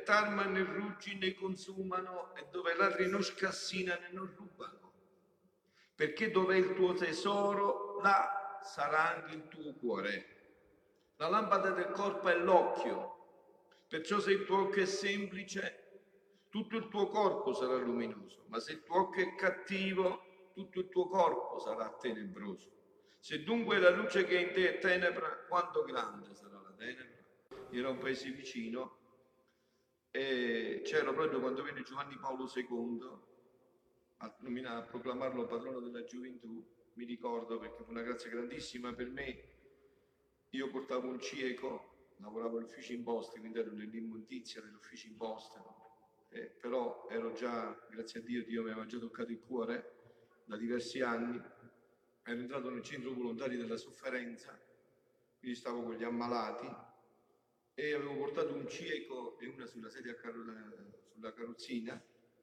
tarma né ruggi ne consumano, e dove ladri non scassinano e non rubano. Perché dove è il tuo tesoro, là sarà anche il tuo cuore. La lampada del corpo è l'occhio, perciò se il tuo occhio è semplice, tutto il tuo corpo sarà luminoso, ma se il tuo occhio è cattivo, tutto il tuo corpo sarà tenebroso. Se dunque la luce che è in te è tenebra, quanto grande sarà la tenebra? Era un paese vicino e c'era proprio quando venne Giovanni Paolo II a proclamarlo patrono della gioventù, mi ricordo perché fu una grazia grandissima per me. Io portavo un cieco, lavoravo all'ufficio imposte, quindi ero nell'immondizia dell'ufficio imposte, però ero già, grazie a Dio, Dio mi aveva già toccato il cuore da diversi anni, ero entrato nel centro volontari della sofferenza, quindi stavo con gli ammalati e avevo portato un cieco e una sulla sedia sulla carrozzina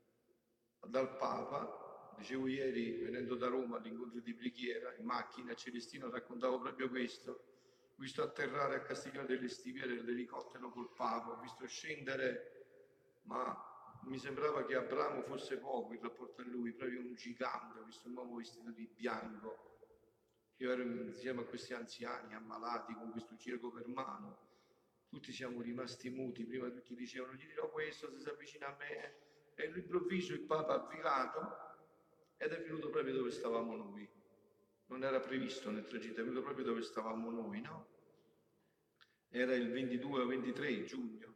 dal Papa. Dicevo ieri, venendo da Roma all'incontro di preghiera in macchina, Celestino raccontavo proprio questo. Ho visto atterrare a Castiglione delle Stiviere l'elicottero col Papa, ho visto scendere, ma mi sembrava che Abramo fosse poco in rapporto a lui, proprio un gigante. Ho visto un uomo vestito di bianco. Io ero insieme a questi anziani ammalati con questo cieco per mano. Tutti siamo rimasti muti, prima tutti dicevano gli dirò questo se si avvicina a me, e all'improvviso il Papa ha avviato ed è venuto proprio dove stavamo noi. Non era previsto nel tragitto, è venuto proprio dove stavamo noi, no? Era il 22 o 23 giugno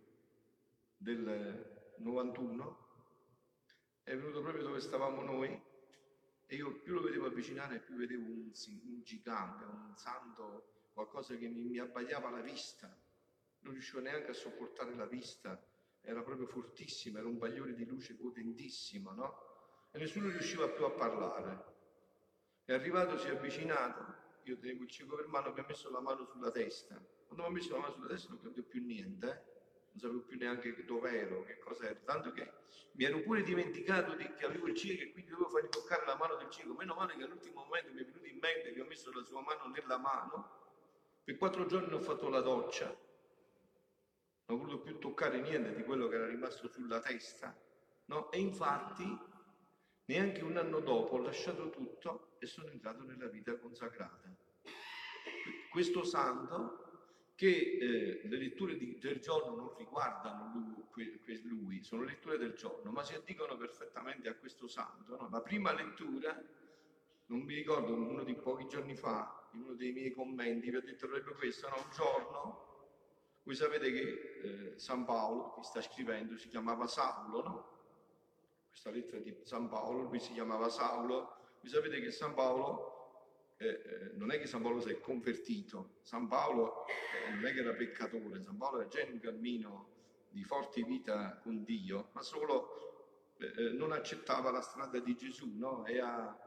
del 91, è venuto proprio dove stavamo noi e io più lo vedevo avvicinare più vedevo un gigante, un santo, qualcosa che mi abbagliava la vista. Non riuscivo neanche a sopportare la vista, era proprio fortissima, era un bagliore di luce potentissimo, no? E nessuno riusciva più a parlare. È arrivato, si è avvicinato, io tenevo il cieco per mano, mi ha messo la mano sulla testa. Quando mi ha messo la mano sulla testa non capivo più niente, non sapevo più neanche dove ero, che cosa ero, tanto che mi ero pure dimenticato che avevo il cieco e quindi dovevo fargli toccare la mano del cieco. Meno male che all'ultimo momento mi è venuto in mente che ho messo la sua mano nella mano. Per 4 giorni ho fatto la doccia, non ho voluto più toccare niente di quello che era rimasto sulla testa, no? E infatti neanche un anno dopo ho lasciato tutto e sono entrato nella vita consacrata. Questo santo che le letture del giorno non riguardano lui, sono letture del giorno, ma si addicono perfettamente a questo santo, no? La prima lettura, non mi ricordo, uno di pochi giorni fa, in uno dei miei commenti, vi ho detto proprio questo, no? Un giorno, voi sapete che San Paolo, che sta scrivendo, si chiamava Saulo, no? Questa lettera di San Paolo, lui si chiamava Saulo. Voi sapete che San Paolo, non è che San Paolo si è convertito, San Paolo non è che era peccatore, San Paolo era già in un cammino di forte vita con Dio, ma solo non accettava la strada di Gesù, no? E a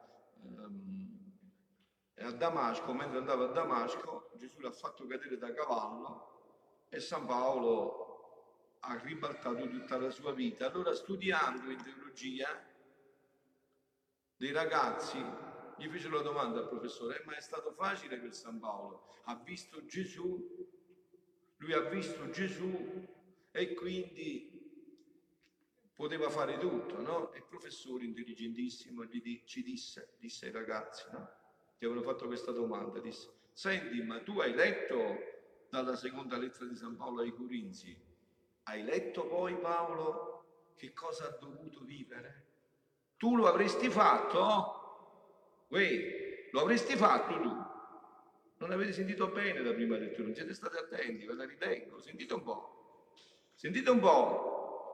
Damasco, mentre andava a Damasco, Gesù l'ha fatto cadere da cavallo e San Paolo ha ribaltato tutta la sua vita. Allora, studiando in teologia, dei ragazzi gli fecero la domanda al professore: ma è stato facile per San Paolo? Ha visto Gesù, lui ha visto Gesù e quindi poteva fare tutto, no? E il professore intelligentissimo ci disse ai ragazzi, no? Che avevano fatto questa domanda, disse: senti, ma tu hai letto dalla seconda lettera di San Paolo ai Corinzi? Hai letto poi Paolo che cosa ha dovuto vivere? Tu lo avresti fatto? Uè, lo avresti fatto tu? Non avete sentito bene la prima lettura, non siete stati attenti, ve la rileggo, sentite un po'. Sentite un po'.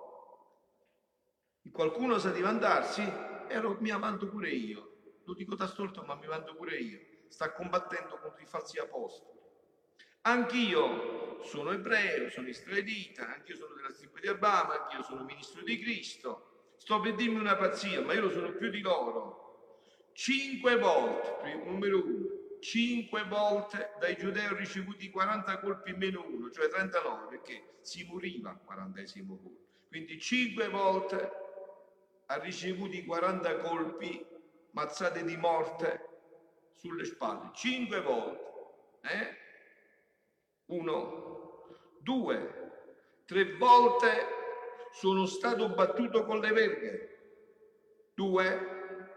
Qualcuno sa di vantarsi? Mi vanto pure io. Lo dico da stolto, ma mi vanto pure io. Sta combattendo contro i falsi apostoli. Anch'io sono ebreo, sono israelita, anch'io sono della stirpe di Abramo, anch'io sono ministro di Cristo. Sto per dirmi una pazzia, ma io lo sono più di loro. 5 volte, numero 1, 5 volte dai giudei ho ricevuti 40 colpi meno 1, cioè 39, perché si moriva al 40° colpo. Quindi 5 volte ha ricevuto i 40 colpi, mazzate di morte sulle spalle. 5 volte. 1, 2, 3 volte sono stato battuto con le verghe. 2.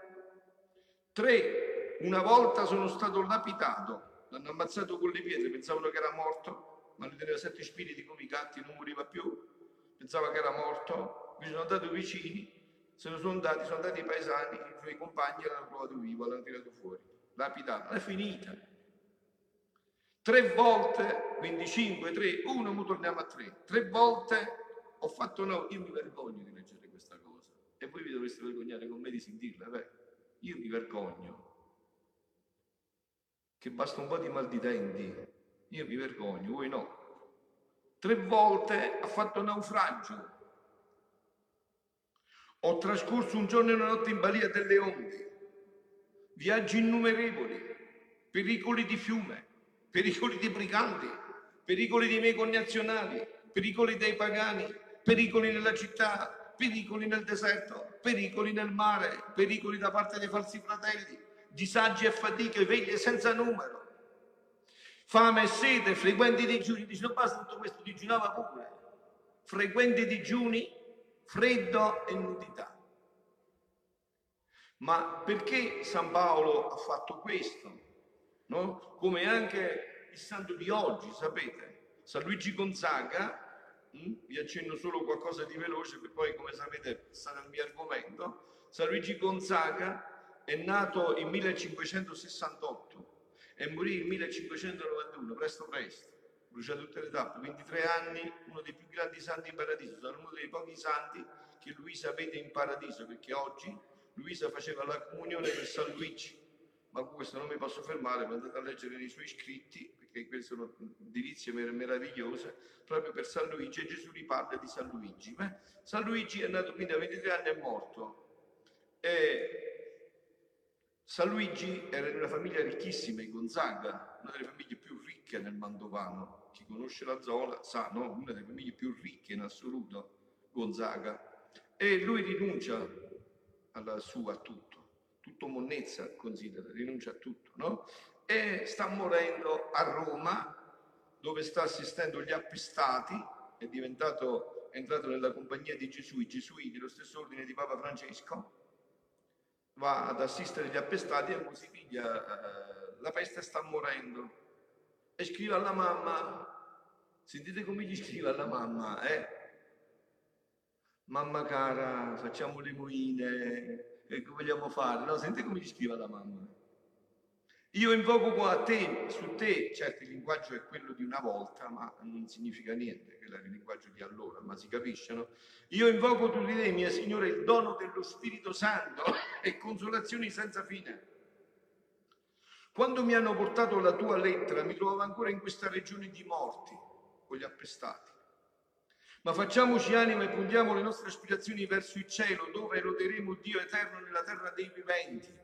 3. Una volta sono stato lapidato. L'hanno ammazzato con le pietre, pensavano che era morto, ma lui teneva 7 spiriti come i gatti, non moriva più. Pensava che era morto, mi sono andato vicini, se ne sono andati i paesani, i suoi compagni, l'hanno trovato vivo, l'hanno tirato fuori. Lapidato, è finita. 3 volte, quindi 5, 3, 1, ora torniamo a 3. 3 volte ho fatto no, io mi vergogno di leggere questa cosa. E voi vi dovreste vergognare con me di sentirla, beh. Io mi vergogno. Che basta un po' di mal di denti. Io mi vergogno, voi no. 3 volte ha fatto naufragio. Ho trascorso un giorno e una notte in balia delle onde. Viaggi innumerevoli, pericoli di fiume, pericoli di briganti, pericoli dei miei connazionali, pericoli dei pagani, pericoli nella città, pericoli nel deserto, pericoli nel mare, pericoli da parte dei falsi fratelli, disagi e fatiche, veglie senza numero, fame e sete, frequenti digiuni. Dice, non basta tutto questo, digiunava pure. Frequenti digiuni, freddo e nudità. Ma perché San Paolo ha fatto questo? No? Come anche il santo di oggi, sapete, San Luigi Gonzaga, vi accenno solo qualcosa di veloce, per poi, come sapete, sarà il mio argomento. San Luigi Gonzaga è nato in 1568 e morì nel 1591, presto, bruciato tutte le tappe, 23 anni, uno dei più grandi santi in paradiso. Sono uno dei pochi santi che Luisa vede in paradiso, perché oggi Luisa faceva la comunione per San Luigi, ma con questo non mi posso fermare, ma andate a leggere nei suoi scritti, perché queste sono delizie meravigliose, proprio per San Luigi, e Gesù riparla di San Luigi. San Luigi è nato quindi a 23 anni e è morto. San Luigi era di una famiglia ricchissima, i Gonzaga, una delle famiglie più ricche nel Mantovano. Chi conosce la zona sa, no? Una delle famiglie più ricche in assoluto, Gonzaga. E lui rinuncia alla sua tutto monnezza, considera, rinuncia a tutto, no? E sta morendo a Roma, dove sta assistendo gli appestati, è entrato nella compagnia di Gesù, i Gesuiti, lo stesso ordine di Papa Francesco, va ad assistere gli appestati e si piglia la peste e sta morendo. E scrive alla mamma, sentite come gli scrive alla mamma, mamma cara, facciamo le moine, che vogliamo fare? No, sentite come gli scrive alla mamma. Io invoco qua a te, su te, certo il linguaggio è quello di una volta, ma non significa niente, che era il linguaggio di allora, ma si capisce, no? Io invoco tu di te, mia Signore, il dono dello Spirito Santo e consolazioni senza fine. Quando mi hanno portato la tua lettera, mi trovavo ancora in questa regione di morti, con gli appestati. Ma facciamoci animo e puntiamo le nostre aspirazioni verso il cielo, dove loderemo Dio eterno nella terra dei viventi.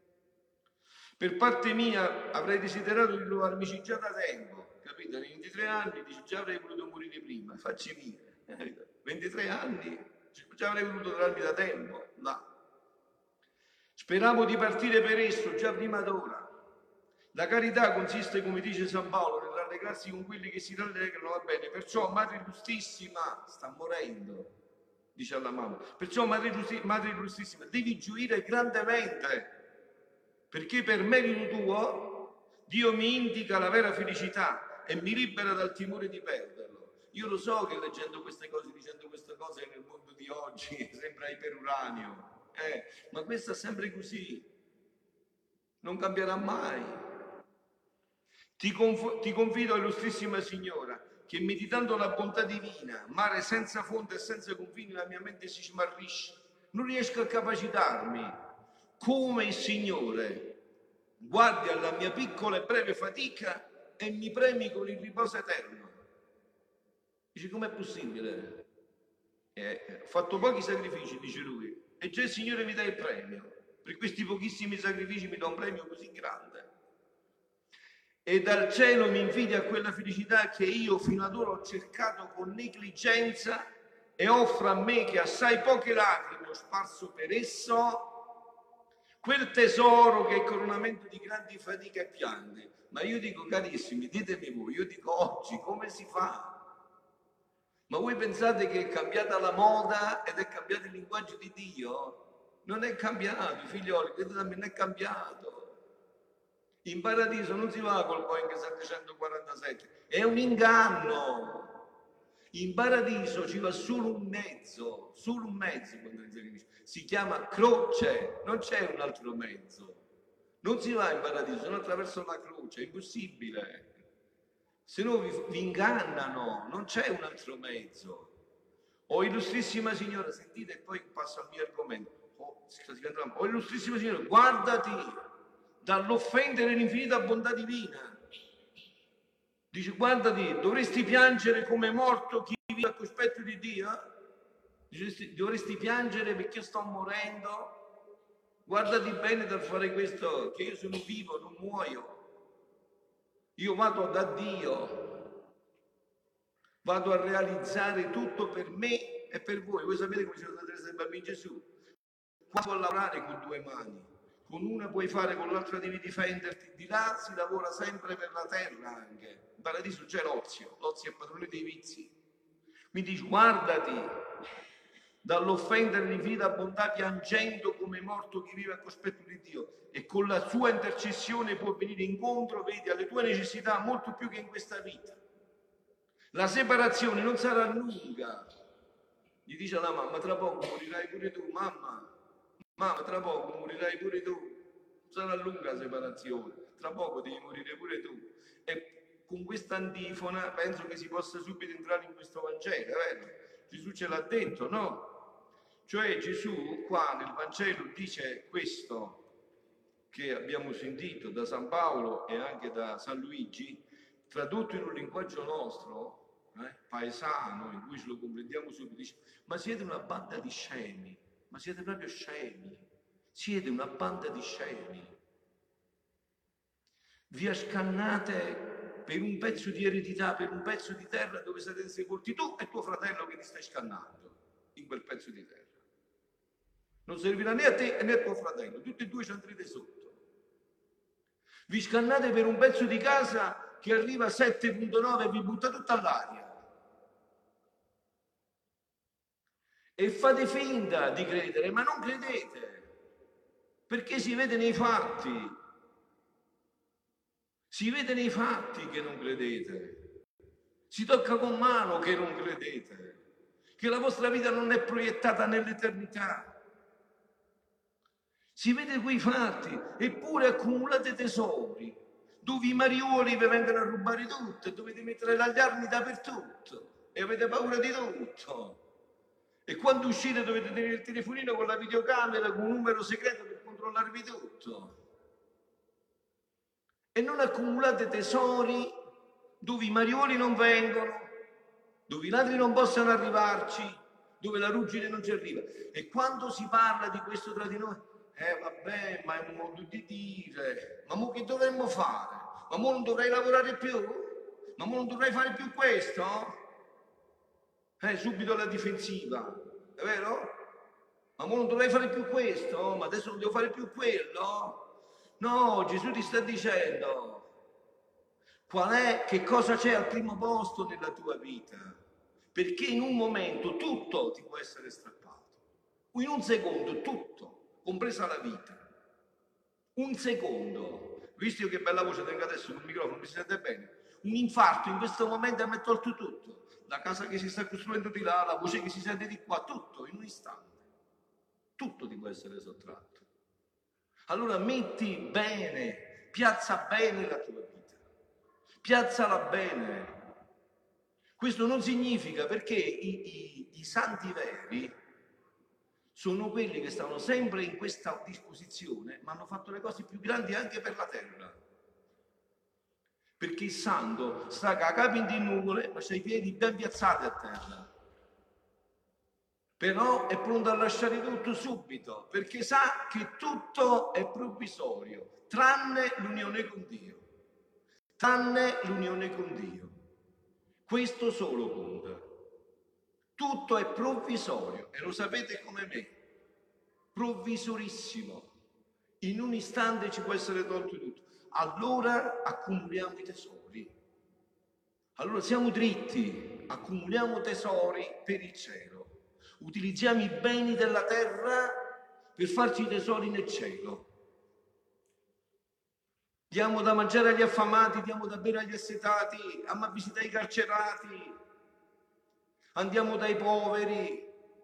Per parte mia avrei desiderato di trovarmici già da tempo, capito? Nei 23 anni dice, già avrei voluto morire prima, facci via. 23 anni, già avrei voluto trovarmi da tempo, là. Speravo di partire per esso già prima d'ora. La carità consiste, come dice San Paolo, nel rallegrarsi con quelli che si rallegrano, va bene. Perciò, Madre Giustissima, sta morendo, dice alla mamma. Perciò, Madre Giustissima, devi gioire grandemente, perché per merito tuo Dio mi indica la vera felicità e mi libera dal timore di perderlo. Io lo so che leggendo queste cose, dicendo queste cose nel mondo di oggi sembra iperuranio, ma questo è sempre così, non cambierà mai. Ti confido, illustrissima Signora, che meditando la bontà divina, mare senza fonte e senza confini, la mia mente si smarrisce, non riesco a capacitarmi. Come il Signore guardi alla mia piccola e breve fatica e mi premi con il riposo eterno. Dice, com'è possibile? Ho fatto pochi sacrifici, dice lui, e già il Signore mi dà il premio. Per questi pochissimi sacrifici mi dà un premio così grande. E dal cielo mi invidia quella felicità che io fino ad ora ho cercato con negligenza e offre a me che assai poche lacrime ho sparso per esso quel tesoro che è coronamento di grandi fatiche e piante. Ma io dico, carissimi, ditemi voi, io dico oggi come si fa? Ma voi pensate che è cambiata la moda ed è cambiato il linguaggio di Dio? Non è cambiato, figlioli, credete a me, non è cambiato. In paradiso non si va col Boeing 747, è un inganno. In paradiso ci va solo un mezzo quando si chiama croce, non c'è un altro mezzo. Non si va in paradiso, se non attraverso la croce, è impossibile. Se no vi ingannano, non c'è un altro mezzo. Oh, illustrissima signora, sentite e poi passo al mio argomento. Oh, illustrissima signora, guardati dall'offendere l'infinita bontà divina. Dice, guardati, dovresti piangere come morto chi vive al cospetto di Dio? Dice, dovresti piangere perché io sto morendo? Guardati bene dal fare questo, che io sono vivo, non muoio. Io vado da Dio, vado a realizzare tutto per me e per voi. Voi sapete come diceva Santa Teresa del Bambino Gesù? Quando a lavorare con due mani, con una puoi fare, con l'altra devi difenderti. Di là si lavora sempre per la terra anche. In paradiso c'è l'ozio è padrone dei vizi. Quindi guardati dall'offendere l'infinita bontà piangendo come morto chi vive al cospetto di Dio e con la sua intercessione può venire incontro, vedi, alle tue necessità molto più che in questa vita. La separazione non sarà lunga. Gli dice alla mamma, tra poco morirai pure tu, mamma, tra poco morirai pure tu. Sarà lunga la separazione, tra poco devi morire pure tu. E con questa antifona penso che si possa subito entrare in questo Vangelo, vero? Gesù ce l'ha detto, no? Cioè Gesù qua nel Vangelo dice questo che abbiamo sentito da San Paolo e anche da San Luigi, tradotto in un linguaggio nostro, paesano, in cui ce lo comprendiamo subito, dice, ma siete una banda di scemi, ma siete proprio scemi, siete una banda di scemi. Vi scannate per un pezzo di eredità, per un pezzo di terra dove siete sepolti tu e tuo fratello che ti stai scannando in quel pezzo di terra. Non servirà né a te né a tuo fratello, tutti e due ci andrete sotto. Vi scannate per un pezzo di casa che arriva a 7,9 e vi butta tutta all'aria. E fate finta di credere, ma non credete, perché si vede nei fatti. Si vede nei fatti che non credete. Si tocca con mano che non credete, che la vostra vita non è proiettata nell'eternità. Si vede quei fatti, eppure accumulate tesori, dove i mariuoli vi vengono a rubare tutto, dovete mettere le armi dappertutto e avete paura di tutto. E quando uscite dovete tenere il telefonino con la videocamera, con un numero segreto per controllarvi tutto. E non accumulate tesori dove i mariuoli non vengono, dove i ladri non possono arrivarci, dove la ruggine non ci arriva. E quando si parla di questo tra di noi, vabbè, ma è un modo di dire, ma mo che dovremmo fare? Ma mo non dovrei lavorare più? Ma mo non dovrei fare più questo? Subito la difensiva, è vero? Ma mo non dovrei fare più questo? Ma adesso non devo fare più quello? No, Gesù ti sta dicendo che cosa c'è al primo posto nella tua vita, perché in un momento tutto ti può essere strappato, in un secondo tutto, compresa la vita, un secondo, visto che bella voce tengo adesso sul microfono, mi sente bene, un infarto in questo momento mi ha tolto tutto, la casa che si sta costruendo di là, la voce che si sente di qua, tutto in un istante, tutto ti può essere sottratto. Allora metti bene, piazza bene la tua vita, piazzala bene. Questo non significa, perché i santi veri sono quelli che stanno sempre in questa disposizione, ma hanno fatto le cose più grandi anche per la terra. Perché il santo sta a capo in nuvole, ma c'ha i piedi ben piazzati a terra. Però è pronto a lasciare tutto subito, perché sa che tutto è provvisorio, tranne l'unione con Dio. Tranne l'unione con Dio. Questo solo conta. Tutto è provvisorio, e lo sapete come me. Provvisorissimo. In un istante ci può essere tolto tutto. Allora accumuliamo i tesori. Allora siamo dritti. accumuliamo tesori per il cielo, utilizziamo i beni della terra per farci tesori nel cielo. Diamo da mangiare agli affamati, diamo da bere agli assetati, andiamo a visitare i carcerati, andiamo dai poveri,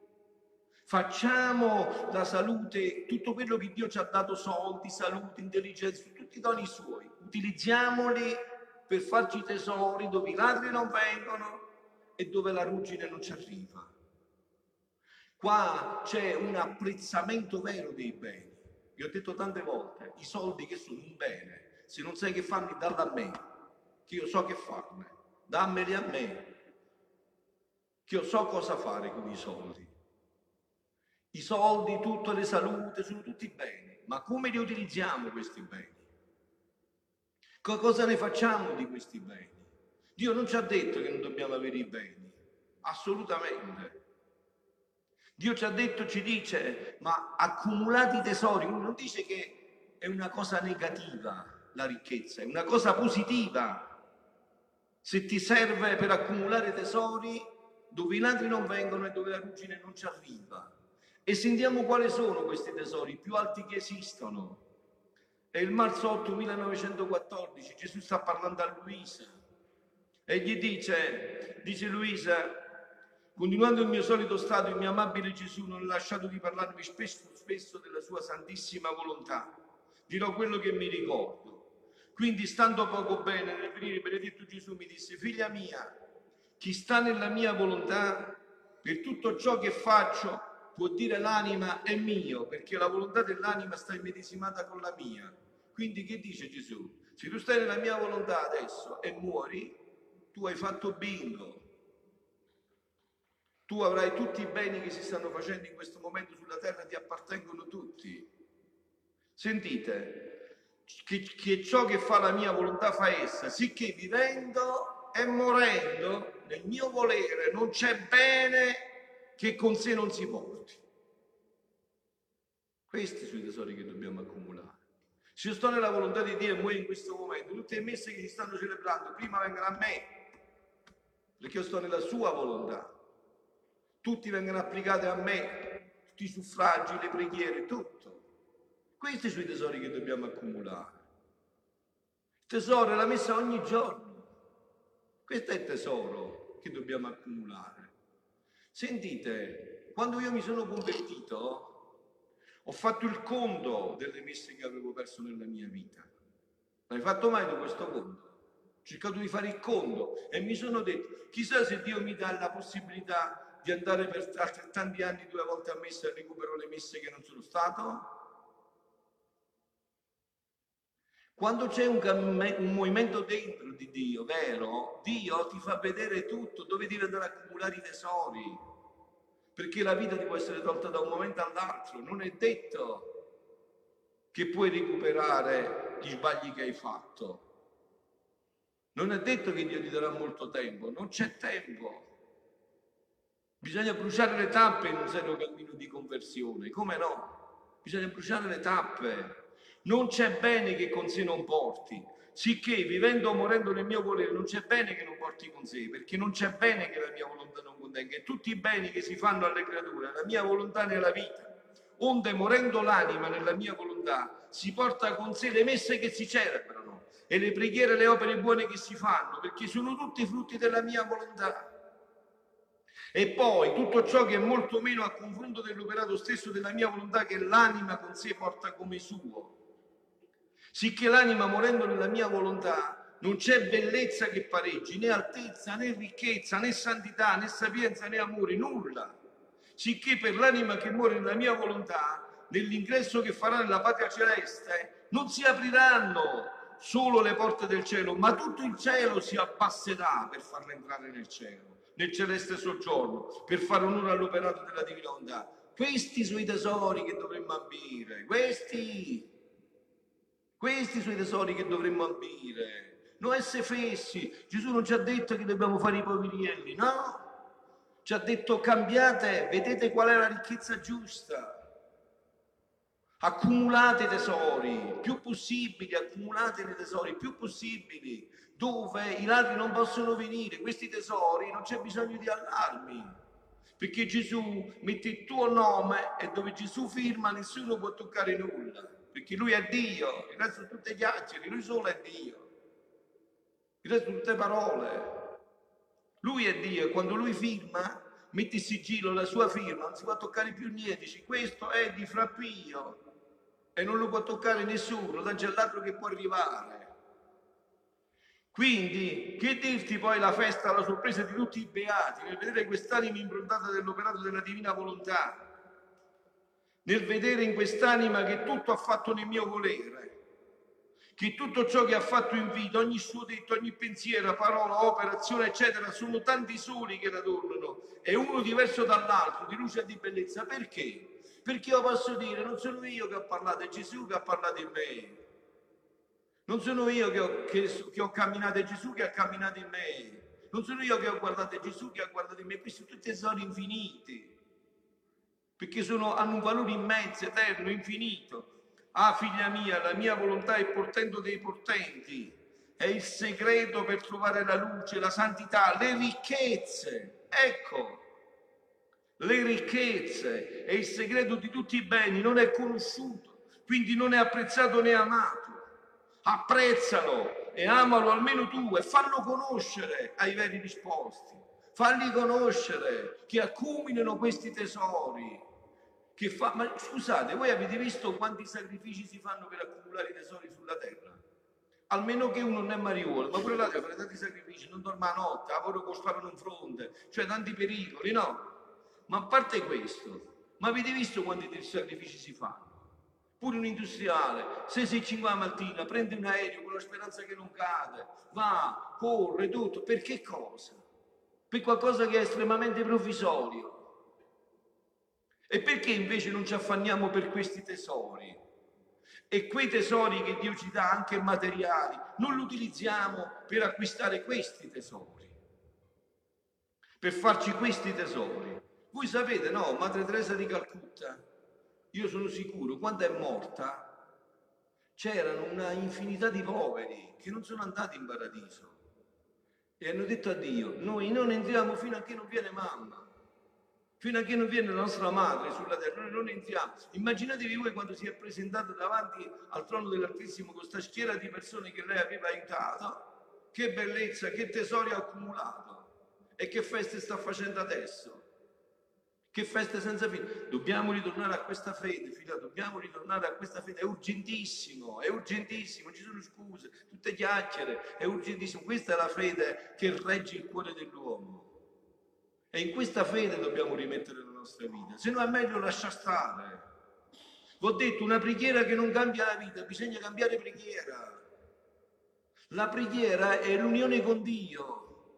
facciamo la salute, tutto quello che Dio ci ha dato, soldi, salute, intelligenza, tutti i doni suoi, utilizziamoli per farci tesori dove i ladri non vengono e dove la ruggine non ci arriva. Qua c'è un apprezzamento vero dei beni. Vi ho detto tante volte, i soldi che sono un bene, se non sai che farli, dalli a me, che io so che farne, dammeli a me, che io so cosa fare con i soldi. I soldi, tutte le salute, sono tutti beni, ma come li utilizziamo questi beni? Cosa ne facciamo di questi beni? Dio non ci ha detto che non dobbiamo avere i beni, assolutamente. Dio ci ha detto, ci dice, ma accumulati tesori, non dice che è una cosa negativa la ricchezza, è una cosa positiva. Se ti serve per accumulare tesori dove i ladri non vengono e dove la ruggine non ci arriva. E sentiamo quali sono questi tesori, i più alti che esistono. È il marzo 8 1914, Gesù sta parlando a Luisa e gli dice Luisa, continuando il mio solito stato, il mio amabile Gesù non ha lasciato di parlarmi spesso della sua santissima volontà. Dirò quello che mi ricordo. Quindi, stando poco bene, nel venire benedetto Gesù mi disse, figlia mia, chi sta nella mia volontà, per tutto ciò che faccio, può dire l'anima è mio, perché la volontà dell'anima sta immedesimata con la mia. Quindi che dice Gesù? Se tu stai nella mia volontà adesso e muori, tu hai fatto bingo. Tu avrai tutti i beni che si stanno facendo in questo momento sulla terra, ti appartengono tutti. Sentite, che ciò che fa la mia volontà fa essa, sicché vivendo e morendo nel mio volere non c'è bene che con sé non si porti. Questi sono i tesori che dobbiamo accumulare. Se io sto nella volontà di Dio e muoio in questo momento, tutte le messe che si stanno celebrando prima vengono a me, perché io sto nella sua volontà. Tutti vengono applicati a me, tutti i suffragi, le preghiere, tutto. Questi sono i tesori che dobbiamo accumulare. Il tesoro è la messa ogni giorno. Questo è il tesoro che dobbiamo accumulare. Sentite, quando io mi sono convertito, ho fatto il conto delle messe che avevo perso nella mia vita. L'hai fatto mai tu questo conto? Ho cercato di fare il conto e mi sono detto, chissà se Dio mi dà la possibilità di andare per tanti anni 2 volte a messa e recupero le messe che non sono stato? Quando c'è un movimento dentro di Dio, vero? Dio ti fa vedere tutto, dove devi andare a accumulare i tesori, perché la vita ti può essere tolta da un momento all'altro, non è detto che puoi recuperare gli sbagli che hai fatto, non è detto che Dio ti darà molto tempo, non c'è tempo. Bisogna bruciare le tappe in un serio cammino di conversione, come no? Bisogna bruciare le tappe. Non c'è bene che con sé non porti, sicché vivendo o morendo nel mio volere non c'è bene che non porti con sé, perché non c'è bene che la mia volontà non contenga, e tutti i beni che si fanno alle creature, la mia volontà nella vita, onde morendo l'anima nella mia volontà, si porta con sé le messe che si celebrano, e le preghiere e le opere buone che si fanno, perché sono tutti frutti della mia volontà. E poi tutto ciò che è molto meno a confronto dell'operato stesso della mia volontà che l'anima con sé porta come suo. Sicché l'anima morendo nella mia volontà non c'è bellezza che pareggi, né altezza, né ricchezza, né santità, né sapienza, né amore, nulla. Sicché per l'anima che muore nella mia volontà, nell'ingresso che farà nella patria celeste, non si apriranno solo le porte del cielo, ma tutto il cielo si abbasserà per farla entrare nel cielo, nel celeste soggiorno, per fare onore all'operato della divina volontà. Questi sono i tesori che dovremmo ambire, questi sono i tesori che dovremmo ambire, non essere fessi. Gesù non ci ha detto che dobbiamo fare i poverielli, no, ci ha detto cambiate, vedete qual è la ricchezza giusta, Accumulate tesori, più possibili, accumulate nei tesori, più possibili, dove i ladri non possono venire. Questi tesori non c'è bisogno di allarmi, perché Gesù mette il tuo nome e dove Gesù firma nessuno può toccare nulla, perché lui è Dio, il resto sono tutte chiacchiere, lui solo è Dio, il resto sono tutte parole. Lui è Dio e quando lui firma, mette il sigillo, la sua firma, non si può toccare più niente, dice questo è di Frappio e non lo può toccare nessuno, non c'è l'altro che può arrivare. Quindi, che dirti poi la festa, la sorpresa di tutti i beati, nel vedere quest'anima improntata dell'operato della divina volontà, nel vedere in quest'anima che tutto ha fatto nel mio volere, che tutto ciò che ha fatto in vita, ogni suo detto, ogni pensiero, parola, opera, azione, eccetera, sono tanti soli che l'adornano, e uno diverso dall'altro, di luce e di bellezza. Perché? Perché io posso dire, non sono io che ho parlato, è Gesù che ha parlato in me. Non sono io che ho camminato, è Gesù che ha camminato in me. Non sono io che ho guardato, è Gesù che ha guardato in me. Questi sono tutti tesori infiniti, perché hanno un valore immenso, eterno, infinito. Ah, figlia mia, la mia volontà è il portento dei portenti, è il segreto per trovare la luce, la santità, le ricchezze. Ecco, le ricchezze è il segreto di tutti i beni, non è conosciuto, quindi non è apprezzato né amato. Apprezzalo e amalo almeno tu e fallo conoscere ai veri disposti. Falli conoscere che accumulino questi tesori. Ma scusate, voi avete visto quanti sacrifici si fanno per accumulare i tesori sulla terra? Almeno che uno non è mariuolo, ma pure là deve fare tanti sacrifici, non dorme a notte, lavoro con spavano in fronte, cioè tanti pericoli, no? Ma a parte questo, ma avete visto quanti sacrifici si fanno? Pure un industriale, se si 5 la mattina, prende un aereo con la speranza che non cade, va, corre, tutto, per che cosa? Per qualcosa che è estremamente provvisorio. E perché invece non ci affanniamo per questi tesori? E quei tesori che Dio ci dà, anche materiali, non li utilizziamo per acquistare questi tesori, per farci questi tesori. Voi sapete, no? Madre Teresa di Calcutta, io sono sicuro, quando è morta, c'erano una infinità di poveri che non sono andati in paradiso e hanno detto a Dio, noi non entriamo fino a che non viene mamma. Fino a che non viene la nostra madre sulla terra, noi non entriamo. Immaginatevi voi quando si è presentato davanti al trono dell'Altissimo con questa schiera di persone che lei aveva aiutato. Che bellezza, che tesori ha accumulato e che feste sta facendo adesso. Che feste senza fine. Dobbiamo ritornare a questa fede, figlia, dobbiamo ritornare a questa fede. È urgentissimo, non ci sono scuse, tutte chiacchiere, è urgentissimo. Questa è la fede che regge il cuore dell'uomo. E in questa fede dobbiamo rimettere la nostra vita, se no è meglio lasciar stare. Vi ho detto, una preghiera che non cambia la vita, bisogna cambiare preghiera. La preghiera è l'unione con Dio.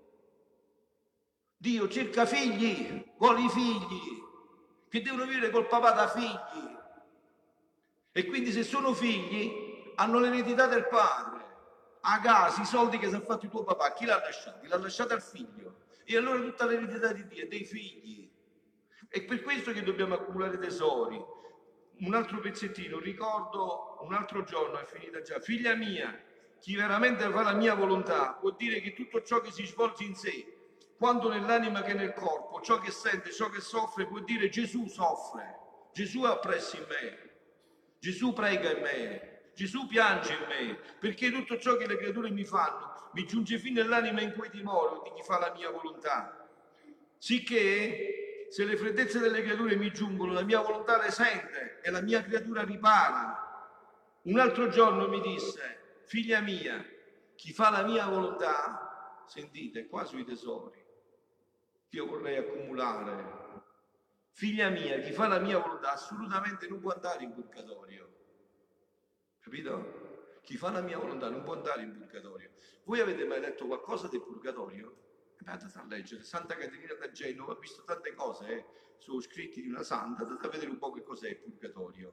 Dio cerca figli, vuole i figli, che devono vivere col papà da figli. E quindi se sono figli, hanno l'eredità del padre. A casa, i soldi che si è fatto il tuo papà, chi l'ha lasciati? L'ha lasciato al figlio. E allora tutta l'eredità di Dio è dei figli. È per questo che dobbiamo accumulare tesori. Un altro pezzettino, ricordo un altro giorno, è finita già. Figlia mia, chi veramente fa la mia volontà può dire che tutto ciò che si svolge in sé, quanto nell'anima che nel corpo, ciò che sente, ciò che soffre, può dire Gesù soffre, Gesù è oppresso in me, Gesù prega in me, Gesù piange in me, perché tutto ciò che le creature mi fanno mi giunge fino nell'anima in cui dimoro di chi fa la mia volontà. Sicché, se le freddezze delle creature mi giungono, la mia volontà le sente e la mia creatura ripara. Un altro giorno mi disse, figlia mia, chi fa la mia volontà, sentite, qua sui tesori, che io vorrei accumulare. Figlia mia, chi fa la mia volontà assolutamente non può andare in purgatorio. Capito? Chi fa la mia volontà non può andare in purgatorio. Voi avete mai letto qualcosa del purgatorio? Andate a leggere. Santa Caterina da Genova ha visto tante cose su scritti di una santa. Andate a vedere un po' che cos'è il purgatorio.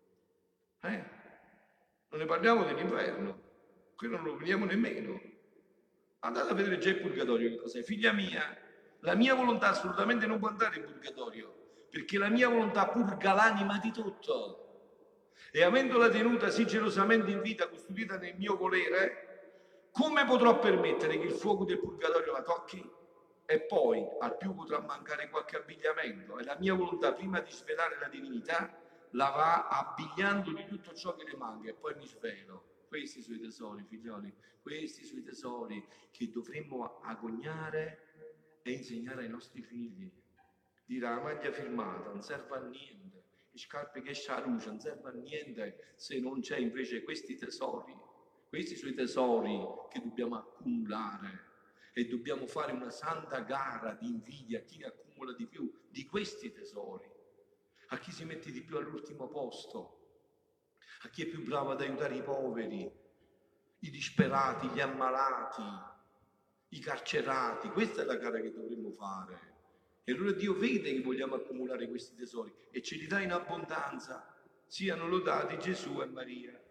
Non ne parliamo dell'inferno. Quello non lo vediamo nemmeno. Andate a vedere già il purgatorio che cos'è. Figlia mia, la mia volontà assolutamente non può andare in purgatorio, perché la mia volontà purga l'anima di tutto. E avendola tenuta sì gelosamente in vita, custodita nel mio volere, come potrò permettere che il fuoco del purgatorio la tocchi? E poi al più potrà mancare qualche abbigliamento, e la mia volontà, prima di svelare la divinità, la va abbigliando di tutto ciò che le manca, e poi mi svelo. Questi sono i tesori, figlioli, questi sono i tesori che dovremmo agognare e insegnare ai nostri figli. Dire la maglia firmata non serve a niente, le scarpe che esce a luce non serve a niente se non c'è invece questi tesori. Questi sono i tesori che dobbiamo accumulare e dobbiamo fare una santa gara di invidia a chi ne accumula di più di questi tesori, a chi si mette di più all'ultimo posto, a chi è più bravo ad aiutare i poveri, i disperati, gli ammalati, i carcerati. Questa è la gara che dovremmo fare. E allora Dio vede che vogliamo accumulare questi tesori e ce li dà in abbondanza. Siano lodati Gesù e Maria.